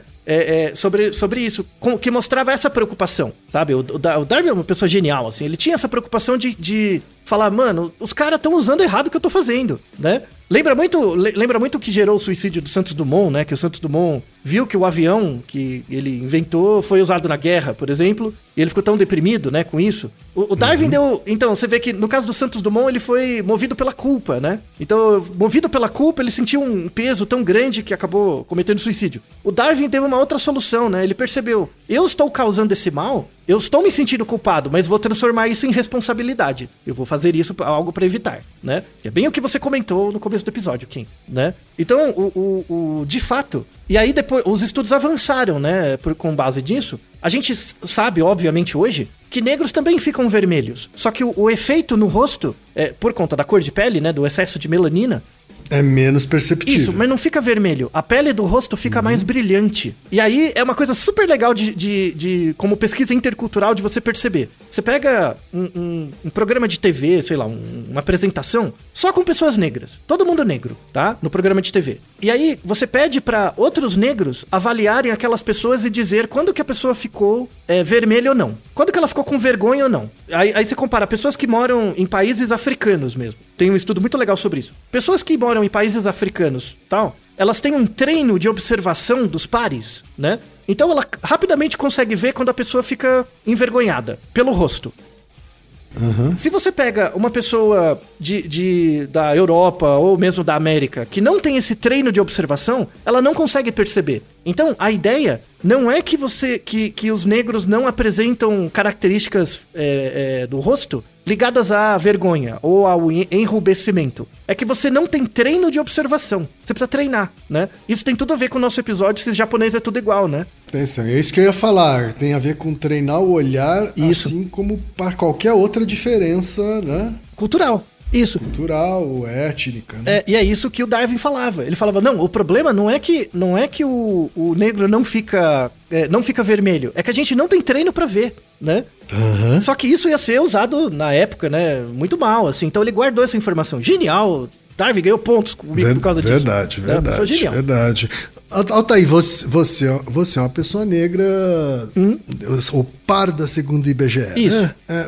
Sobre isso, que mostrava essa preocupação, sabe? O Darwin é uma pessoa genial, assim. Ele tinha essa preocupação de falar, mano, os caras estão usando errado o que eu tô fazendo, né? Lembra muito o que gerou o suicídio do Santos Dumont, né? Que o Santos Dumont viu que o avião que ele inventou foi usado na guerra, por exemplo, e ele ficou tão deprimido, né, com isso. O Darwin deu... Então, você vê que no caso do Santos Dumont, ele foi movido pela culpa, né? Então, movido pela culpa, ele sentiu um peso tão grande que acabou cometendo suicídio. O Darwin teve uma outra solução, né? Ele percebeu, eu estou causando esse mal, eu estou me sentindo culpado, mas vou transformar isso em responsabilidade. Eu vou fazer isso, algo para evitar, né? Que é bem o que você comentou no começo do episódio, Kim, né? Então, de fato... E aí depois, os estudos avançaram, né? Com base nisso. A gente sabe, obviamente, hoje, que negros também ficam vermelhos. Só que o efeito no rosto, por conta da cor de pele, né? Do excesso de melanina... É menos perceptível. Isso, mas não fica vermelho. A pele do rosto fica mais brilhante. E aí é uma coisa super legal de como pesquisa intercultural de você perceber. Você pega um programa de TV, sei lá, uma apresentação, só com pessoas negras. Todo mundo negro, tá? No programa de TV. E aí você pede pra outros negros avaliarem aquelas pessoas e dizer quando que a pessoa ficou vermelha ou não. Quando que ela ficou com vergonha ou não. Aí você compara pessoas que moram em países africanos mesmo. Tem um estudo muito legal sobre isso. Pessoas que moram em países africanos, tal, elas têm um treino de observação dos pares, né? Então ela rapidamente consegue ver quando a pessoa fica envergonhada pelo rosto. Uhum. Se você pega uma pessoa da Europa ou mesmo da América que não tem esse treino de observação, ela não consegue perceber. Então, a ideia não é que que os negros não apresentam características do rosto ligadas à vergonha ou ao enrubescimento. É que você não tem treino de observação. Você precisa treinar, né? Isso tem tudo a ver com o nosso episódio, se japonês é tudo igual, né? Atenção, é isso que eu ia falar. Tem a ver com treinar o olhar, isso. Assim como para qualquer outra diferença, né? Cultural. Isso. Cultural, étnica, né? E é isso que o Darwin falava. Ele falava, não, o problema não é que o negro não fica vermelho. É que a gente não tem treino pra ver, né? Uhum. Só que isso ia ser usado na época, né? Muito mal, assim. Então ele guardou essa informação. Genial. Darwin ganhou pontos comigo por causa disso. Verdade. Altair, você é uma pessoa negra, ou parda segundo o IBGE. Isso. Né?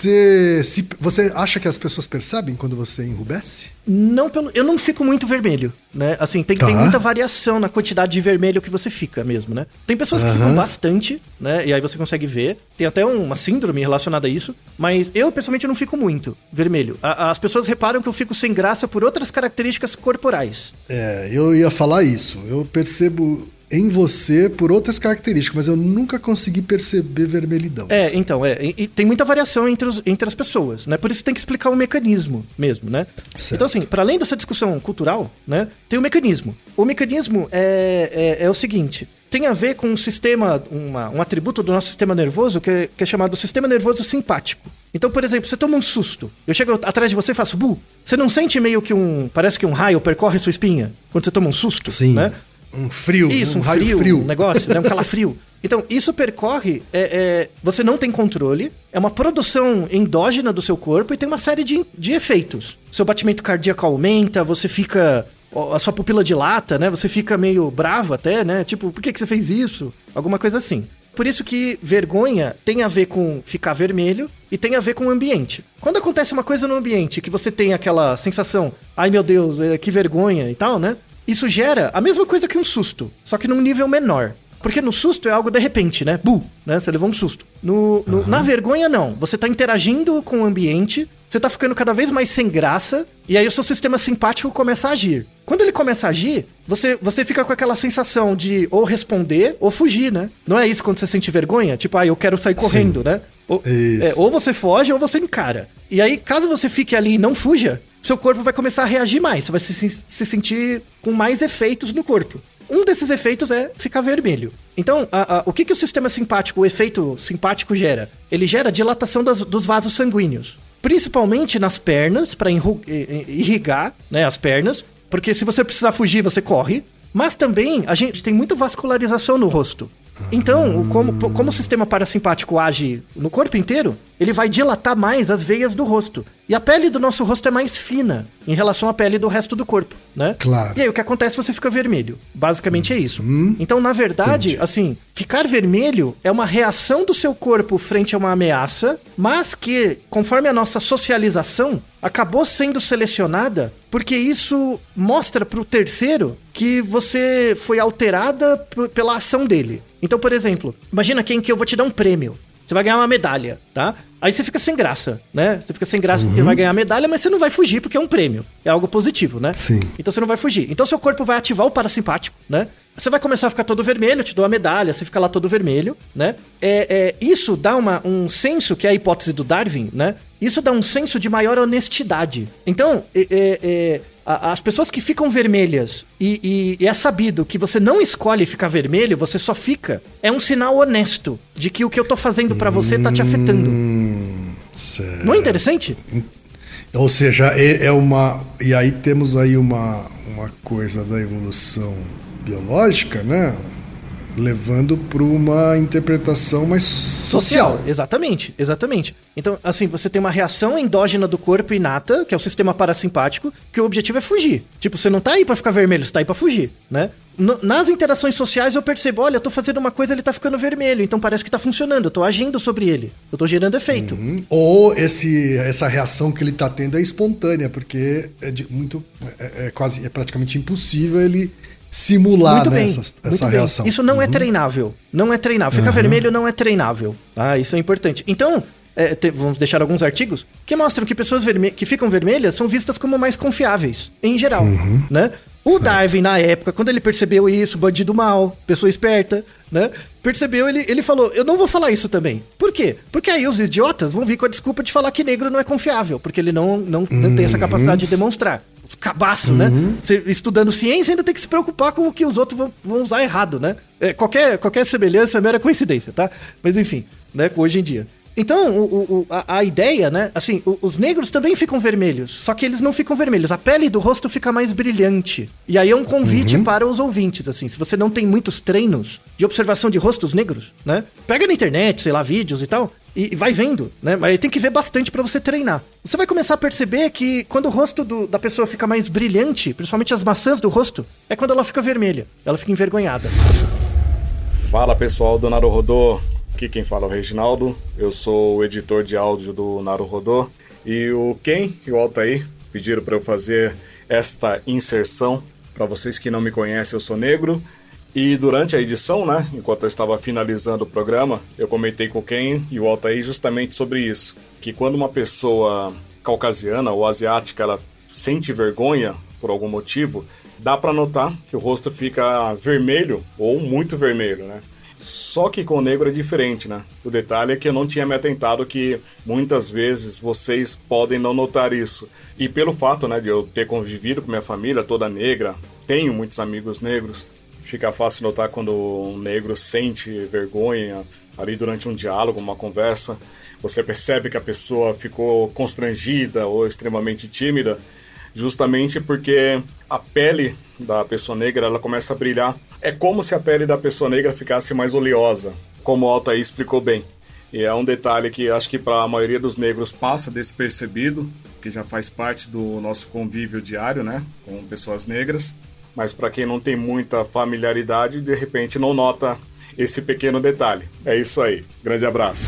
Você acha que as pessoas percebem quando você enrubesce? Não, eu não fico muito vermelho, né? Assim, tem muita variação na quantidade de vermelho que você fica mesmo, né? Tem pessoas que ficam bastante, né? E aí você consegue ver. Tem até uma síndrome relacionada a isso. Mas eu, pessoalmente, não fico muito vermelho. As pessoas reparam que eu fico sem graça por outras características corporais. Eu ia falar isso. Eu percebo em você por outras características, mas eu nunca consegui perceber vermelhidão. E tem muita variação entre as pessoas, né? Por isso tem que explicar o mecanismo mesmo, né? Certo. Então, assim, para além dessa discussão cultural, né? Tem o mecanismo. O mecanismo é o seguinte... Tem a ver com um sistema, um atributo do nosso sistema nervoso que é chamado sistema nervoso simpático. Então, por exemplo, você toma um susto. Eu chego atrás de você e faço bu. Você não sente meio que parece que um raio percorre sua espinha quando você toma um susto? Sim. Né? Um frio. Isso, um raio frio. Um negócio, né? Um calafrio. Então, isso percorre, você não tem controle, é uma produção endógena do seu corpo e tem uma série de efeitos. Seu batimento cardíaco aumenta, você fica... A sua pupila dilata, né? Você fica meio bravo até, né? Tipo, por que você fez isso? Alguma coisa assim. Por isso que vergonha tem a ver com ficar vermelho e tem a ver com o ambiente. Quando acontece uma coisa no ambiente que você tem aquela sensação, ai meu Deus, que vergonha e tal, né? Isso gera a mesma coisa que um susto, só que num nível menor. Porque no susto é algo de repente, né? Né? Você levou um susto. Na vergonha, não. Você tá interagindo com o ambiente, você tá ficando cada vez mais sem graça, e aí o seu sistema simpático começa a agir. Quando ele começa a agir, você fica com aquela sensação de ou responder ou fugir, né? Não é isso quando você sente vergonha? Tipo, eu quero sair correndo, né? Ou você foge ou você encara. E aí, caso você fique ali e não fuja, seu corpo vai começar a reagir mais. Você vai se sentir com mais efeitos no corpo. Um desses efeitos é ficar vermelho. Então, o que o sistema simpático, o efeito simpático gera? Ele gera dilatação dos vasos sanguíneos. Principalmente nas pernas, para irrigar, né, as pernas. Porque se você precisar fugir, você corre. Mas também a gente tem muita vascularização no rosto. Então, como o sistema parasimpático age no corpo inteiro, ele vai dilatar mais as veias do rosto. E a pele do nosso rosto é mais fina em relação à pele do resto do corpo, né? Claro. E aí o que acontece? Você fica vermelho. Basicamente é isso. Então, na verdade, Entendi. assim, ficar vermelho é uma reação do seu corpo frente a uma ameaça, mas que, conforme a nossa socialização, acabou sendo selecionada porque isso mostra pro terceiro que você foi alterada pela ação dele. Então, por exemplo, imagina que eu vou te dar um prêmio. Você vai ganhar uma medalha, tá? Aí você fica sem graça, né? Você fica sem graça porque vai ganhar a medalha, mas você não vai fugir porque é um prêmio. É algo positivo, né? Sim. Então você não vai fugir. Então seu corpo vai ativar o parasimpático, né? Você vai começar a ficar todo vermelho, eu te dou a medalha, você fica lá todo vermelho, né? Isso dá um senso, que é a hipótese do Darwin, né? Isso dá um senso de maior honestidade. Então, as pessoas que ficam vermelhas e é sabido que você não escolhe ficar vermelho, você só fica, é um sinal honesto de que o que eu tô fazendo pra você tá te afetando. Certo. Não é interessante? Ou seja, e aí temos aí uma coisa da evolução biológica, né? Levando para uma interpretação mais social. Exatamente. Então, assim, você tem uma reação endógena do corpo inata, que é o sistema parasimpático, que o objetivo é fugir. Tipo, você não tá aí pra ficar vermelho, você tá aí pra fugir, né? Nas interações sociais eu percebo, olha, eu tô fazendo uma coisa, ele tá ficando vermelho, então parece que tá funcionando, eu tô agindo sobre ele, eu tô gerando efeito. Ou essa reação que ele tá tendo é espontânea, porque é praticamente impossível ele simular, Muito né, bem, essa reação. Isso não é treinável. Não é treinável. Ficar vermelho não é treinável. Tá? Isso é importante. Então, vamos deixar alguns artigos que mostram que pessoas que ficam vermelhas são vistas como mais confiáveis, em geral. Né? O Darwin, na época, quando ele percebeu isso, bandido mal, pessoa esperta, né? Percebeu, ele falou, eu não vou falar isso também. Por quê? Porque aí os idiotas vão vir com a desculpa de falar que negro não é confiável, porque ele não tem essa capacidade de demonstrar. Cabaço, né? Você, estudando ciência, ainda tem que se preocupar com o que os outros vão usar errado, né? Qualquer semelhança é mera coincidência, tá? Mas enfim, né? Hoje em dia. Então, a ideia, né? Assim, os negros também ficam vermelhos, só que eles não ficam vermelhos. A pele do rosto fica mais brilhante. E aí é um convite para os ouvintes, assim. Se você não tem muitos treinos de observação de rostos negros, né? Pega na internet, sei lá, vídeos e tal, e vai vendo, né? Mas tem que ver bastante para você treinar. Você vai começar a perceber que quando o rosto da pessoa fica mais brilhante, principalmente as maçãs do rosto, é quando ela fica vermelha. Ela fica envergonhada. Fala, pessoal do Naruhodô. Aqui quem fala é o Reginaldo, eu sou o editor de áudio do Naruhodô. E o Ken e o Altair pediram para eu fazer esta inserção. Para vocês que não me conhecem, eu sou negro. E durante a edição, né, enquanto eu estava finalizando o programa, eu comentei com o Ken e o Altair justamente sobre isso. Que quando uma pessoa caucasiana ou asiática, ela sente vergonha por algum motivo, dá para notar que o rosto fica vermelho ou muito vermelho, né? Só que com o negro é diferente, né? O detalhe é que eu não tinha me atentado que muitas vezes vocês podem não notar isso. E pelo fato, né, de eu ter convivido com minha família toda negra, tenho muitos amigos negros, fica fácil notar quando um negro sente vergonha ali durante um diálogo, uma conversa. Você percebe que a pessoa ficou constrangida ou extremamente tímida, justamente porque a pele da pessoa negra, ela começa a brilhar. É como se a pele da pessoa negra ficasse mais oleosa, como o Altair explicou bem. E é um detalhe que acho que para a maioria dos negros passa despercebido, que já faz parte do nosso convívio diário, né, com pessoas negras. Mas para quem não tem muita familiaridade, de repente não nota esse pequeno detalhe. É isso aí. Grande abraço.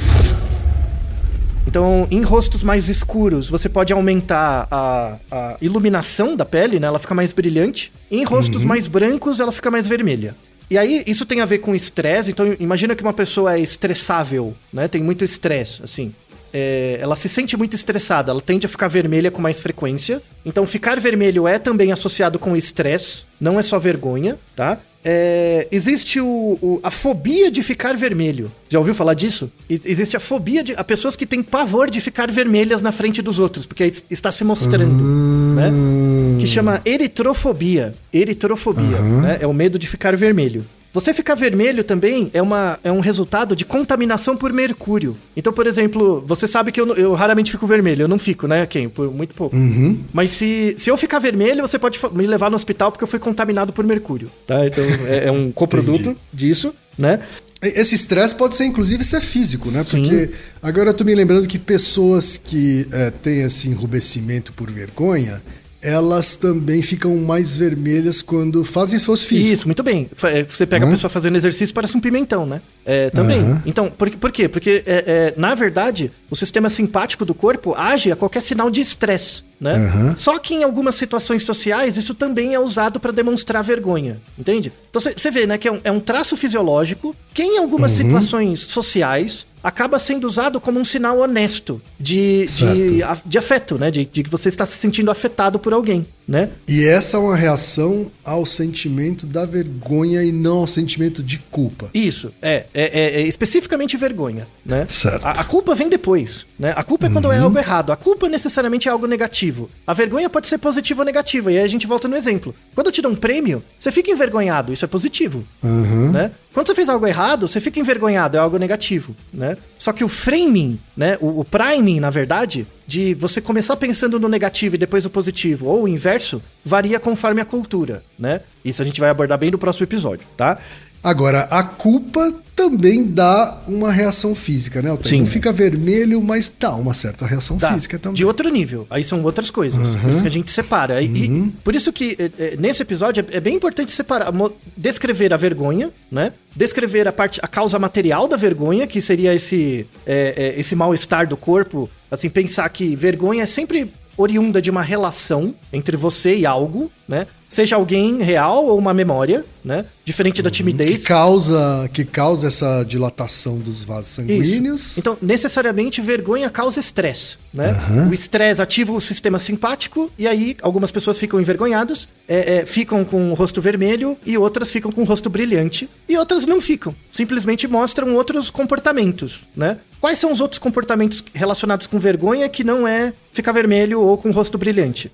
Então, em rostos mais escuros, você pode aumentar a iluminação da pele, né? Ela fica mais brilhante. Em rostos mais brancos, ela fica mais vermelha. E aí, isso tem a ver com estresse. Então, imagina que uma pessoa é estressável, né? Tem muito estresse, assim. Ela se sente muito estressada, ela tende a ficar vermelha com mais frequência. Então, ficar vermelho é também associado com estresse, não é só vergonha, tá? existe a fobia de ficar vermelho. Já ouviu falar disso? Existe a fobia de pessoas que têm pavor de ficar vermelhas na frente dos outros, porque está se mostrando, né? Que chama eritrofobia. Eritrofobia, né? É o medo de ficar vermelho. Você ficar vermelho também é um resultado de contaminação por mercúrio. Então, por exemplo, você sabe que eu raramente fico vermelho. Eu não fico, né, Ken? Por muito pouco. Mas se eu ficar vermelho, você pode me levar no hospital porque eu fui contaminado por mercúrio. Tá? Então, é um coproduto disso, né? Esse estresse pode ser, inclusive, ser físico, né? Porque Sim. agora eu tô me lembrando que pessoas que têm esse enrubescimento por vergonha, elas também ficam mais vermelhas quando fazem esforço físico. Isso, muito bem. Você pega a pessoa fazendo exercício, parece um pimentão, né? Também. Então, por quê? Porque, na verdade, o sistema simpático do corpo age a qualquer sinal de estresse, né? Só que em algumas situações sociais, isso também é usado para demonstrar vergonha, entende? Então, você vê, né, que é um traço fisiológico que em algumas situações sociais acaba sendo usado como um sinal honesto de afeto, né? De que você está se sentindo afetado por alguém, né? E essa é uma reação ao sentimento da vergonha e não ao sentimento de culpa. Isso, especificamente vergonha, né? Certo. A culpa vem depois, né? A culpa é quando é algo errado. A culpa necessariamente é algo negativo. A vergonha pode ser positiva ou negativa. E aí a gente volta no exemplo. Quando eu te dou um prêmio, você fica envergonhado. Isso é positivo, né? Quando você fez algo errado, você fica envergonhado. É algo negativo, né? Só que o framing, né? O priming, na verdade, de você começar pensando no negativo e depois no positivo, ou o inverso, varia conforme a cultura, né? Isso a gente vai abordar bem no próximo episódio, tá? Agora, a culpa também dá uma reação física, né? Sim. Não fica vermelho, mas dá uma certa reação física também. De outro nível. Aí são outras coisas. Por isso que a gente separa. E por isso que nesse episódio é bem importante separar, descrever a vergonha, né? Descrever a causa material da vergonha, que seria esse mal-estar do corpo. Assim, pensar que vergonha é sempre oriunda de uma relação entre você e algo, né? Seja alguém real ou uma memória, né? Diferente da timidez. Que causa essa dilatação dos vasos sanguíneos. Isso. Então, necessariamente, vergonha causa estresse, né? O estresse ativa o sistema simpático e aí algumas pessoas ficam envergonhadas, ficam com o rosto vermelho e outras ficam com o rosto brilhante e outras não ficam. Simplesmente mostram outros comportamentos, né? Quais são os outros comportamentos relacionados com vergonha que não é ficar vermelho ou com o rosto brilhante?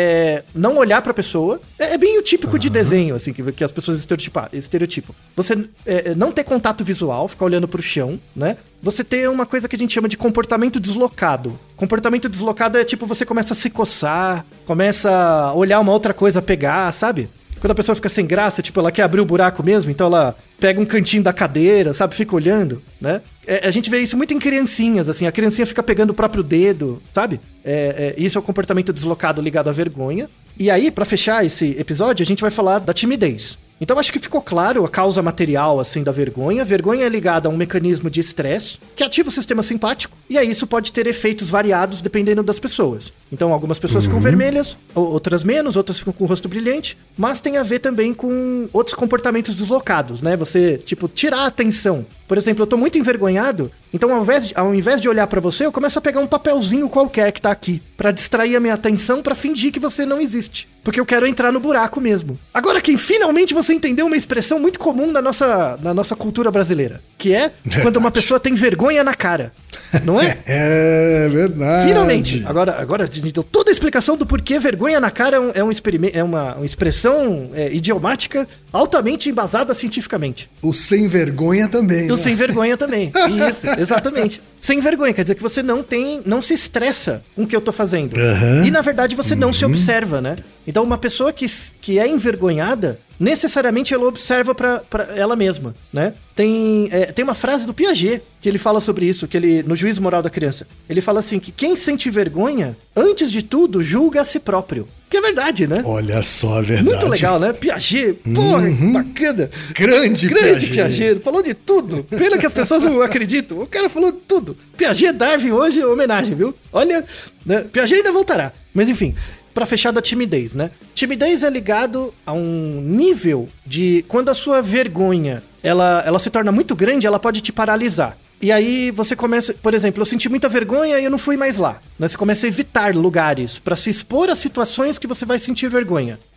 Não olhar pra pessoa. É bem o típico de desenho, assim, que as pessoas estereotipam. Você não ter contato visual, ficar olhando pro chão, né? Você ter uma coisa que a gente chama de comportamento deslocado. Comportamento deslocado é tipo, você começa a se coçar, começa a olhar uma outra coisa, pegar, sabe? Quando a pessoa fica sem graça, tipo, ela quer abrir o buraco mesmo, então ela pega um cantinho da cadeira, sabe? Fica olhando, né? A gente vê isso muito em criancinhas, assim. A criancinha fica pegando o próprio dedo, sabe? Isso é o comportamento deslocado ligado à vergonha. E aí, pra fechar esse episódio, a gente vai falar da timidez. Então, acho que ficou claro a causa material, assim, da vergonha. A vergonha é ligada a um mecanismo de estresse que ativa o sistema simpático. E aí, isso pode ter efeitos variados dependendo das pessoas. Então, algumas pessoas ficam vermelhas, outras menos, outras ficam com o rosto brilhante. Mas tem a ver também com outros comportamentos deslocados, né? Você, tipo, tirar a atenção. Por exemplo, eu tô muito envergonhado, então ao invés de olhar pra você, eu começo a pegar um papelzinho qualquer que tá aqui, pra distrair a minha atenção, pra fingir que você não existe. Porque eu quero entrar no buraco mesmo. Agora, Kim, finalmente você entendeu uma expressão muito comum na nossa cultura brasileira, que é quando uma pessoa tem vergonha na cara. Não é? É verdade. Finalmente. Agora a gente deu toda a explicação do porquê vergonha na cara é uma expressão idiomática altamente embasada cientificamente. O sem vergonha também. O sem vergonha também. Isso, exatamente. Sem vergonha, quer dizer que você não se estressa com o que eu tô fazendo. E na verdade você não se observa, né? Então uma pessoa que é envergonhada, necessariamente ela observa pra ela mesma, né? Tem uma frase do Piaget que ele fala sobre isso, que ele, no Juízo Moral da Criança, ele fala assim, que quem sente vergonha, antes de tudo, julga a si próprio. Que é verdade, né? Olha só a verdade. Muito legal, né? Piaget, porra, bacana. Grande Piaget. Falou de tudo. Pena que as pessoas não acreditam. O cara falou de tudo. Piaget, Darwin, hoje, homenagem, viu? Olha, né? Piaget ainda voltará. Mas enfim, pra fechar da timidez, né? Timidez é ligado a um nível de... Quando a sua vergonha, ela se torna muito grande, ela pode te paralisar. E aí você começa, por exemplo, eu senti muita vergonha e eu não fui mais lá. Né? Você começa a evitar lugares pra se expor a situações que você vai sentir vergonha.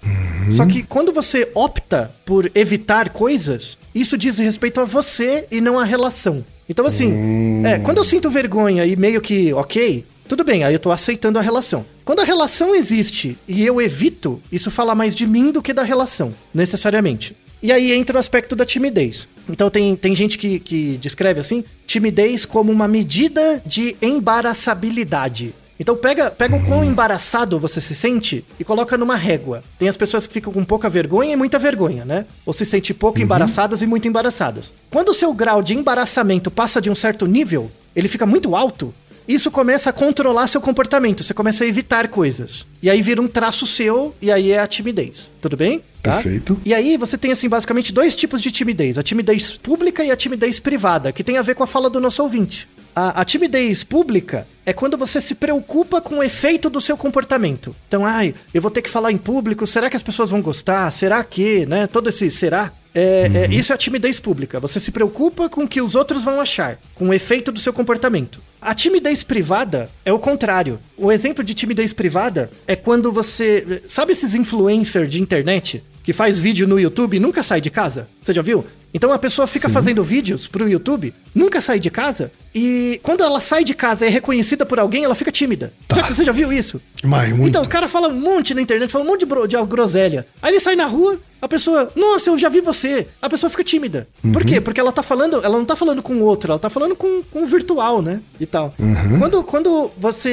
Só que quando você opta por evitar coisas, isso diz respeito a você e não à relação. Então, assim, quando eu sinto vergonha e meio que, ok, tudo bem, aí eu tô aceitando a relação. Quando a relação existe e eu evito, isso fala mais de mim do que da relação, necessariamente. E aí entra o aspecto da timidez. Então tem gente que descreve assim, timidez como uma medida de embaraçabilidade. Então pega o quão embaraçado você se sente e coloca numa régua. Tem as pessoas que ficam com pouca vergonha e muita vergonha, né? Ou se sente pouco embaraçadas e muito embaraçadas. Quando o seu grau de embaraçamento passa de um certo nível, ele fica muito alto, isso começa a controlar seu comportamento, você começa a evitar coisas. E aí vira um traço seu, e aí é a timidez. Tudo bem? Tá? Perfeito. E aí você tem, assim, basicamente 2 tipos de timidez. A timidez pública e a timidez privada, que tem a ver com a fala do nosso ouvinte. A timidez pública é quando você se preocupa com o efeito do seu comportamento. Então, eu vou ter que falar em público, será que as pessoas vão gostar? Será que, né? Todo esse será... isso é a timidez pública. Você se preocupa com o que os outros vão achar, com o efeito do seu comportamento. A timidez privada é o contrário. O exemplo de timidez privada é quando você... Sabe esses influencers de internet que faz vídeo no YouTube e nunca sai de casa? Você já viu? Então a pessoa fica fazendo vídeos pro YouTube, nunca sai de casa, e quando ela sai de casa e é reconhecida por alguém, ela fica tímida. Você já viu isso? Muito. Então o cara fala um monte na internet, fala um monte de groselha. Aí ele sai na rua, a pessoa, nossa, eu já vi você. A pessoa fica tímida. Por quê? Porque ela não tá falando com o outro, ela tá falando com o virtual, né? E tal. Quando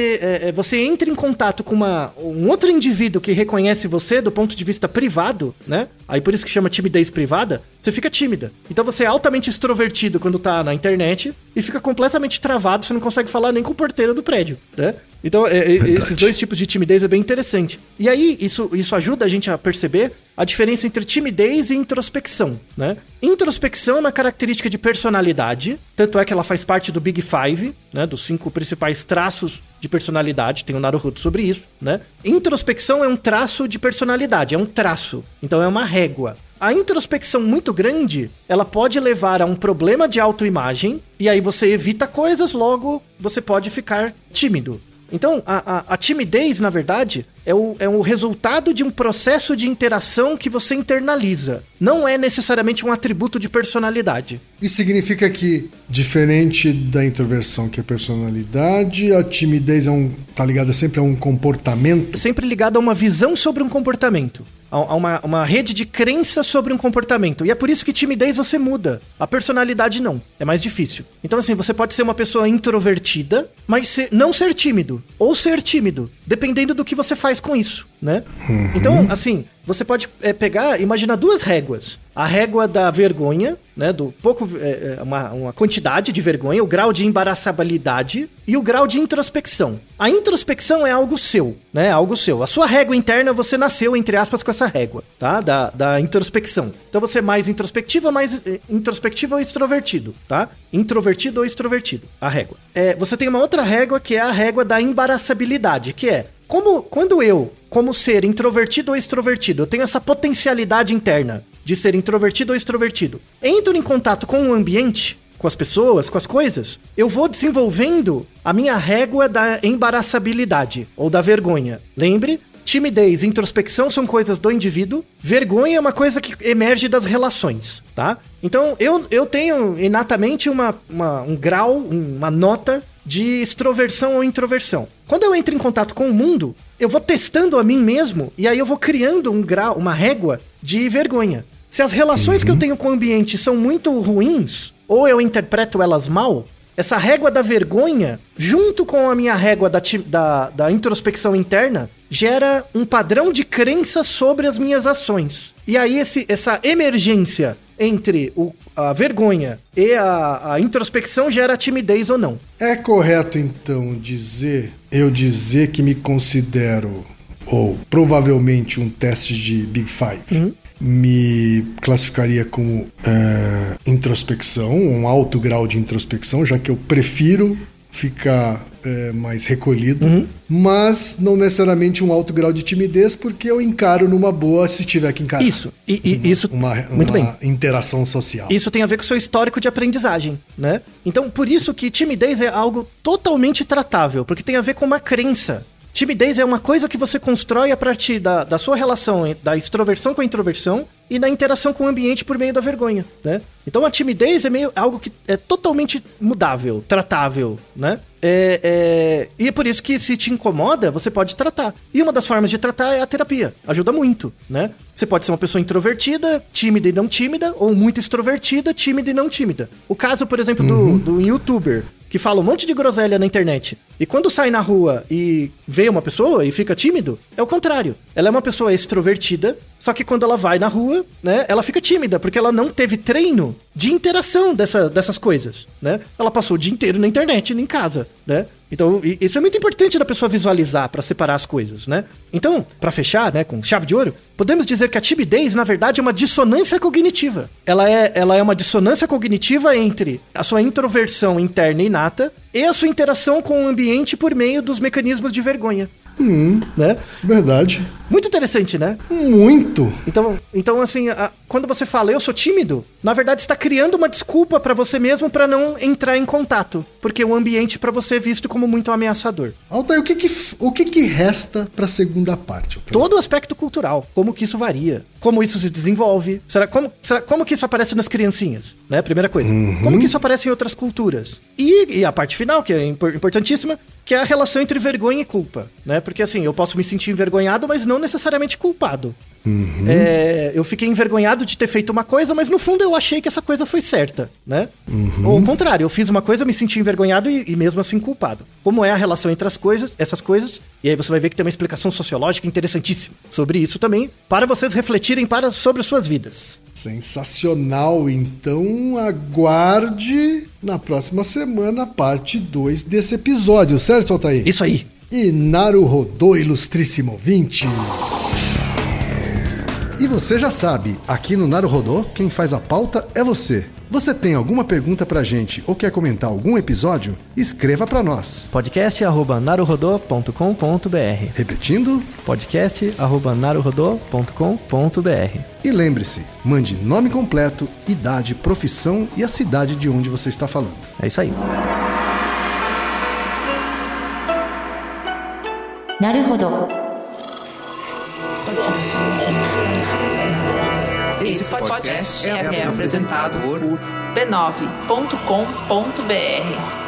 você entra em contato com um outro indivíduo que reconhece você do ponto de vista privado, né? Aí por isso que chama timidez privada, você fica tímida. Então você é altamente extrovertido quando tá na internet e fica completamente travado, você não consegue falar nem com o porteiro do prédio, né? Então, esses 2 tipos de timidez é bem interessante. E aí, isso ajuda a gente a perceber a diferença entre timidez e introspecção, né? Introspecção é uma característica de personalidade, tanto é que ela faz parte do Big Five, né? Dos 5 principais traços de personalidade, tem o Naruhodo sobre isso, né? Introspecção é um traço de personalidade, é um traço, então é uma régua. A introspecção muito grande, ela pode levar a um problema de autoimagem, e aí você evita coisas, logo você pode ficar tímido. Então, a timidez, na verdade, é o resultado de um processo de interação que você internaliza. Não é necessariamente um atributo de personalidade. Isso significa que, diferente da introversão, que é personalidade, a timidez tá ligada sempre a um comportamento? Sempre ligada a uma visão sobre um comportamento. A uma rede de crença sobre um comportamento. E é por isso que timidez você muda. A personalidade não. É mais difícil. Então, assim, você pode ser uma pessoa introvertida, mas não ser tímido. Ou ser tímido. Dependendo do que você faz com isso, né? Então, assim, você pode imaginar 2 réguas. A régua da vergonha, né? Do pouco, uma quantidade de vergonha, o grau de embaraçabilidade e o grau de introspecção. A introspecção é algo seu, né? Algo seu. A sua régua interna, você nasceu, entre aspas, com essa régua, tá? Da introspecção. Então você é mais introspectivo ou extrovertido, tá? Introvertido ou extrovertido, a régua. Você tem uma outra régua que é a régua da embaraçabilidade, que é quando eu, como ser introvertido ou extrovertido, eu tenho essa potencialidade interna de ser introvertido ou extrovertido, entro em contato com o ambiente, com as pessoas, com as coisas, eu vou desenvolvendo a minha régua da embaraçabilidade ou da vergonha. Lembre, timidez e introspecção são coisas do indivíduo, vergonha é uma coisa que emerge das relações, tá? Então eu tenho inatamente um grau, uma nota de extroversão ou introversão. Quando eu entro em contato com o mundo, eu vou testando a mim mesmo e aí eu vou criando um grau, uma régua de vergonha. Se as relações que eu tenho com o ambiente são muito ruins, ou eu interpreto elas mal, essa régua da vergonha, junto com a minha régua da introspecção interna, gera um padrão de crença sobre as minhas ações. E aí essa emergência entre a vergonha e a introspecção gera timidez ou não. É correto, então, dizer que me considero, ou provavelmente um teste de Big Five, me classificaria como introspecção, um alto grau de introspecção, já que eu prefiro ficar mais recolhido, mas não necessariamente um alto grau de timidez, porque eu encaro numa boa se tiver que encarar. Isso, isso muito bem. Interação social. Isso tem a ver com o seu histórico de aprendizagem, né? Então, por isso que timidez é algo totalmente tratável, porque tem a ver com uma crença. Timidez é uma coisa que você constrói a partir da sua relação, da extroversão com a introversão e da interação com o ambiente por meio da vergonha, né? Então a timidez é algo que é totalmente mudável, tratável, né? E é por isso que se te incomoda, você pode tratar. E uma das formas de tratar é a terapia. Ajuda muito, né? Você pode ser uma pessoa introvertida, tímida e não tímida, ou muito extrovertida, tímida e não tímida. O caso, por exemplo, do youtuber que fala um monte de groselha na internet. E quando sai na rua e vê uma pessoa e fica tímido, é o contrário. Ela é uma pessoa extrovertida, só que quando ela vai na rua, né, ela fica tímida, porque ela não teve treino de interação dessas coisas, né? Ela passou o dia inteiro na internet, em casa, né? Então, isso é muito importante da pessoa visualizar para separar as coisas, né? Então, para fechar, né, com chave de ouro, podemos dizer que a timidez, na verdade, é uma dissonância cognitiva. Ela é uma dissonância cognitiva entre a sua introversão interna e inata e a sua interação com o ambiente por meio dos mecanismos de vergonha. Né? Verdade. Muito interessante, né? Muito. Então assim, quando você fala eu sou tímido, na verdade está criando uma desculpa para você mesmo para não entrar em contato, porque o ambiente para você é visto como muito ameaçador. Altair, o que resta para a segunda parte? Altair? Todo o aspecto cultural, como que isso varia, como isso se desenvolve, como que isso aparece nas criancinhas, né? Primeira coisa. Como que isso aparece em outras culturas? E a parte final, que é importantíssima, que é a relação entre vergonha e culpa, né? Porque assim, eu posso me sentir envergonhado, mas não necessariamente culpado. Eu fiquei envergonhado de ter feito uma coisa, mas no fundo eu achei que essa coisa foi certa, né? Ou ao contrário, eu fiz uma coisa, me senti envergonhado e mesmo assim culpado. Como é a relação entre essas coisas? E aí você vai ver que tem uma explicação sociológica interessantíssima sobre isso também, para vocês refletirem sobre as suas vidas. Sensacional! Então aguarde na próxima semana a parte 2 desse episódio, certo, Altair? Isso aí! E Naruhodô, ilustríssimo ouvinte! E você já sabe, aqui no Naruhodô, quem faz a pauta é você. Você tem alguma pergunta pra gente ou quer comentar algum episódio? Escreva pra nós. podcast@naruhodô.com.br. Repetindo? podcast@naruhodô.com.br. E lembre-se, mande nome completo, idade, profissão e a cidade de onde você está falando. É isso aí. Naruhodô. Esse podcast é apresentado por b9.com.br.